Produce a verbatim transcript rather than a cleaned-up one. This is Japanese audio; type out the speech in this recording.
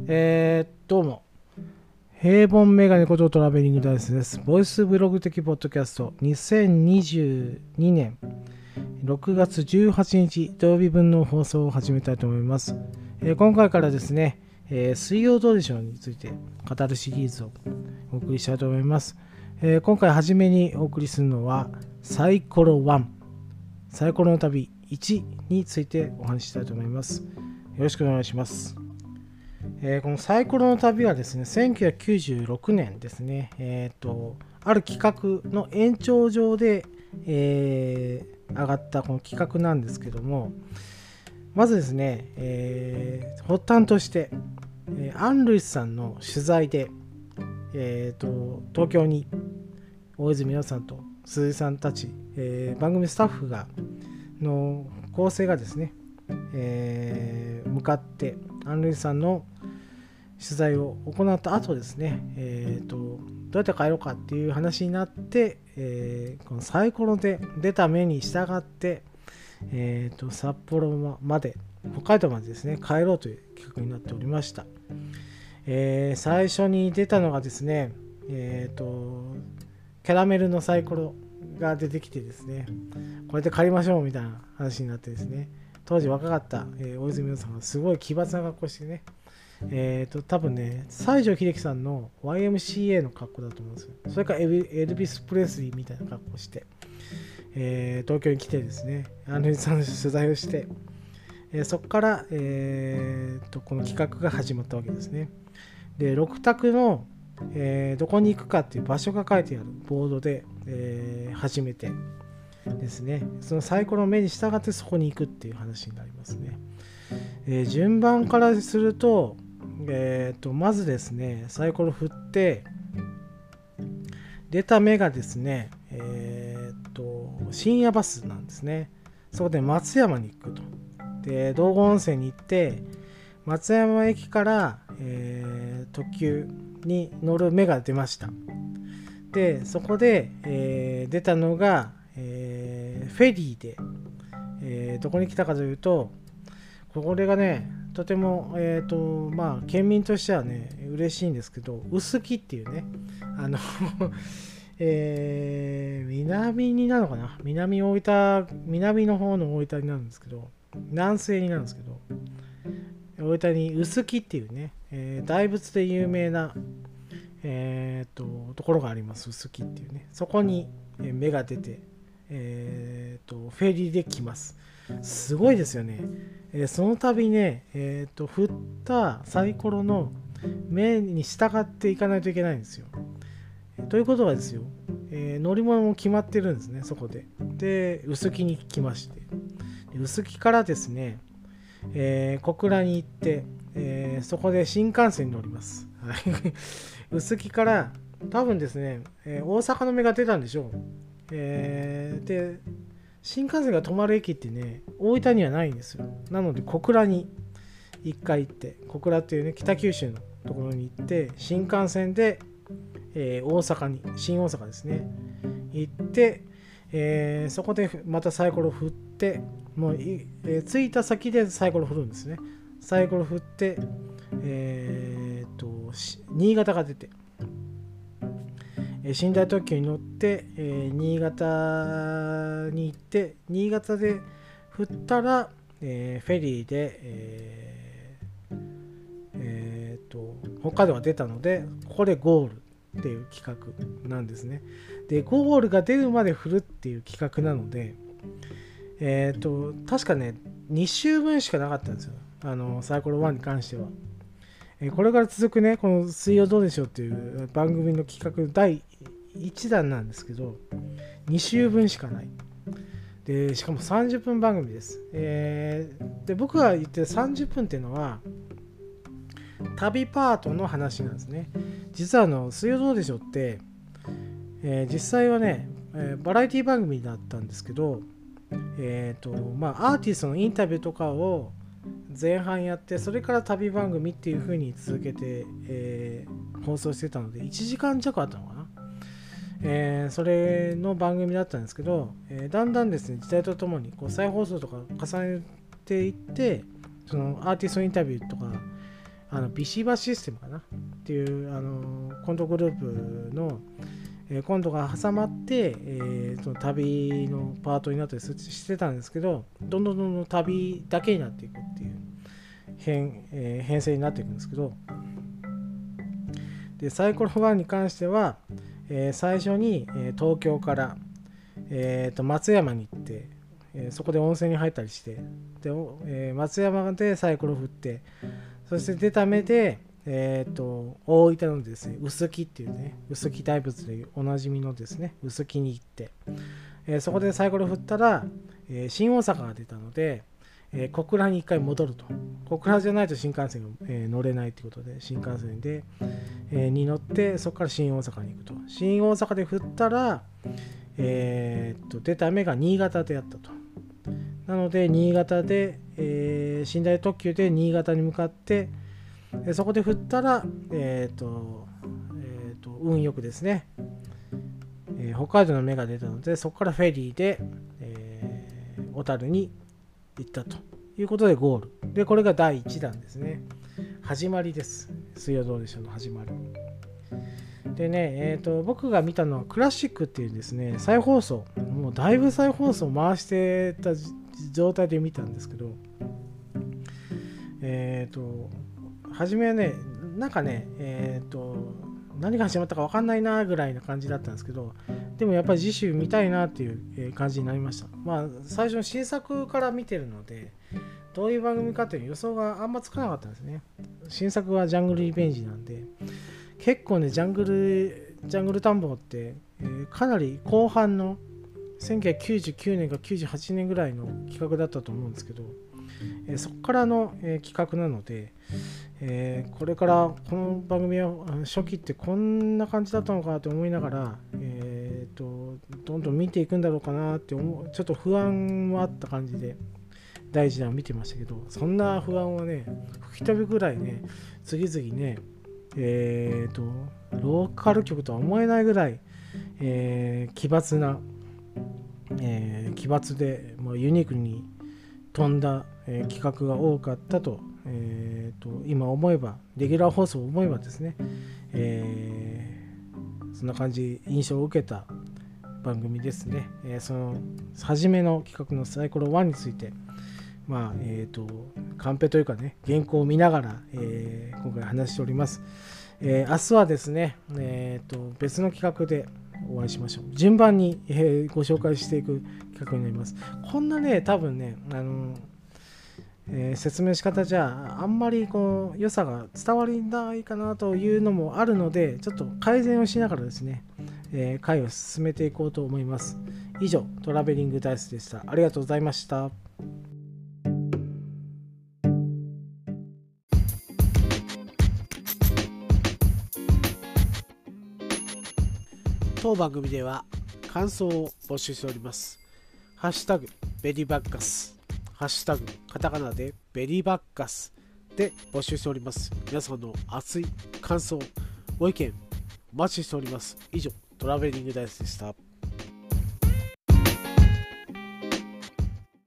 えー、どうも。平凡メガネことトラベリングダイスです。ボイスブログ的ポッドキャストにせんにじゅうにねんろくがつじゅうはちにち土曜日分の放送を始めたいと思います。えー今回からですね、えー水曜どうでしょうについて語るシリーズをお送りしたいと思います。えー今回初めにお送りするのはサイコロいち、サイコロの旅いちについてお話ししたいと思います。よろしくお願いします。えーこのサイコロの旅はですね、せんきゅうひゃくきゅうじゅうろくねんですね、えーと、ある企画の延長上で、えー上がったこの企画なんですけども、まずですね、えー発端として、えーアン・ルイスさんの取材で、えーと、東京に大泉洋さんと鈴井さんたち、えー番組スタッフがの構成がですね、えー向かってアン・ルイスさんの取材を行った後ですね、えーと、どうやって帰ろうかっていう話になって、えーこのサイコロで出た目に従って、えーと、札幌まで、北海道までですね、帰ろうという企画になっておりました。えー最初に出たのがですね、えーと、キャラメルのサイコロが出てきてですね、これで借りましょうみたいな話になってですね、当時若かった、えー大泉洋さんがすごい奇抜な格好してね、えっ、と、多分ね、西城秀樹さんの ワイエムシーエー の格好だと思うんですよ。それからエルエルビス・プレスリーみたいな格好をして、えー東京に来てですね、アンリさんの取材をして、えーそこから、えーと、この企画が始まったわけですね。で、ろく択の、えーどこに行くかっていう場所が書いてあるボードで、えー始めてですね、そのサイコロの目に従ってそこに行くっていう話になりますね。えー順番からすると、えー、とまずですね、サイコロ振って出た目がですね、えー、と深夜バスなんですね。そこで松山に行くと。で、道後温泉に行って松山駅から、えー特急に乗る目が出ました。で、そこで、えー出たのが、えーフェリーで、えーどこに来たかというと、これがね、とても、えっ、と、まあ、県民としてはね、嬉しいんですけど、臼杵っていうね、あの、えー南になるのかな、南大分、南の方の大分になるんですけど、南西になるんですけど、大分に臼杵っていうね、えー大仏で有名な、えー、とところがあります。臼杵っていうね、そこにえー目が出て、えー、とフェリーで来ます。すごいですよね。えーその度ね、えー、と振ったサイコロの目に従っていかないといけないんですよ。ということはですよ、えー乗り物も決まってるんですね、そこで。で、臼杵に来まして、で臼杵からですね、えー小倉に行って、えーそこで新幹線に乗ります。はい。臼杵から多分ですね、えー大阪の目が出たんでしょう。えーで、新幹線が止まる駅ってね、大分にはないんですよ。なので小倉に一回行って、小倉っていうね、北九州のところに行って、新幹線で、えー大阪に、新大阪ですね、行って、えーそこでまたサイコロ振って、もうい、えー着いた先でサイコロ振るんですね。サイコロ振って、えーっと、新潟が出て、寝台特急に乗って、えー新潟に行って、新潟で振ったら、えーフェリーで、えーえーと北海道が出たので、ここでゴールっていう企画なんですね。で、ゴールが出るまで振るっていう企画なので、えーと確かね、に週分しかなかったんですよ。あのサイコロいちに関しては。えーこれから続くね、この水曜どうでしょうっていう番組の企画だいいちだんなんですけど、に週分しかない。で、しかもさんじゅっぷん番組です。えーで、僕が言ってるさんじゅっぷんっていうのは、旅パートの話なんですね。実はあの、水曜どうでしょうって、えー実際はね、えーバラエティ番組だったんですけど、えーと、まあ、アーティストのインタビューとかを前半やって、それから旅番組っていう風に続けて、えー放送してたので、いちじかん弱あったのかな。えーそれの番組だったんですけど、えーだんだんですね、時代とともにこう再放送とか重ねていって、そのアーティストインタビューとか、 あのビシバシステムかなっていうあのコントグループの、えー、コントが挟まって、えー、その旅のパートになったりしてたんですけど、どんどんどんどん旅だけになっていくっていう編、えー、編成になっていくんですけど、でサイコロワンに関しては、えー、最初に、えー、東京から、えー、と松山に行って、えー、そこで温泉に入ったりして、で、えー、松山でサイコロ振って、そして出た目で、えー、と大分のですね臼杵っていうね、臼杵大仏でおなじみのですね臼杵に行って、えー、そこでサイコロ振ったら、えー、新大阪が出たので、えー、小倉に一回戻ると。小倉じゃないと新幹線が、えー、乗れないということで、新幹線で、えー、に乗って、そこから新大阪に行くと。新大阪で振ったら、えー、と出た目が新潟であったと。なので新潟で、えー、寝台特急で新潟に向かって、えそこで振ったら、えーとえー、と運よくですね、えー、北海道の目が出たので、そこからフェリーで、えー、小樽に行ったということでゴールで、これがだいいちだんですね。始まりです。水曜どうでしょうの始まりでね、えーと僕が見たのはクラシックっていうですね再放送、もうだいぶ再放送回してた状態で見たんですけど、えーと初めはね、なんかね、えーと何が始まったか分かんないなぐらいな感じだったんですけど、でもやっぱり次週見たいなっていう感じになりました。まあ最初の新作から見てるので、どういう番組かという予想があんまつかなかったんですね。新作はジャングルリベンジなんで、結構ねジャングルジャングル探訪って、えー、かなり後半のせんきゅうひゃくきゅうじゅうきゅうねんかきゅうじゅうはちねんぐらいの企画だったと思うんですけど、えー、そこからの、えー、企画なので、えー、これからこの番組は初期ってこんな感じだったのかと思いながら、えー、とどんどん見ていくんだろうかなって思う、ちょっと不安はあった感じでだいいちだんを見てましたけど、そんな不安はね吹き飛ぶぐらいね、次々ね、えー、とローカル局とは思えないぐらい、えー、奇抜な、えー、奇抜で、まあ、ユニークに飛んだ、えー、企画が多かったと、えー、と今思えば、レギュラー放送を思えばですね、えー、そんな感じ印象を受けた番組ですね。えー、その初めの企画のサイコロワンについて、まあえー、とカンペというかね原稿を見ながら、えー、今回話しております。えー、明日はですね、えー、と別の企画でお会いしましょう。順番に、えー、ご紹介していく企画になります。こんなね多分ね、あのえー、説明仕方じゃあんまりこう良さが伝わりないかなというのもあるので、ちょっと改善をしながらですね、えー、回を進めていこうと思います。以上、トラベリングダイスでした。ありがとうございました。当番組では感想を募集しております。ハッシュタグベリバッカス、ハッシュタグカタカナでベリバッカスで募集しております。皆さんの熱い感想、ご意見お待ちしております。以上、トラベリングダイスでした。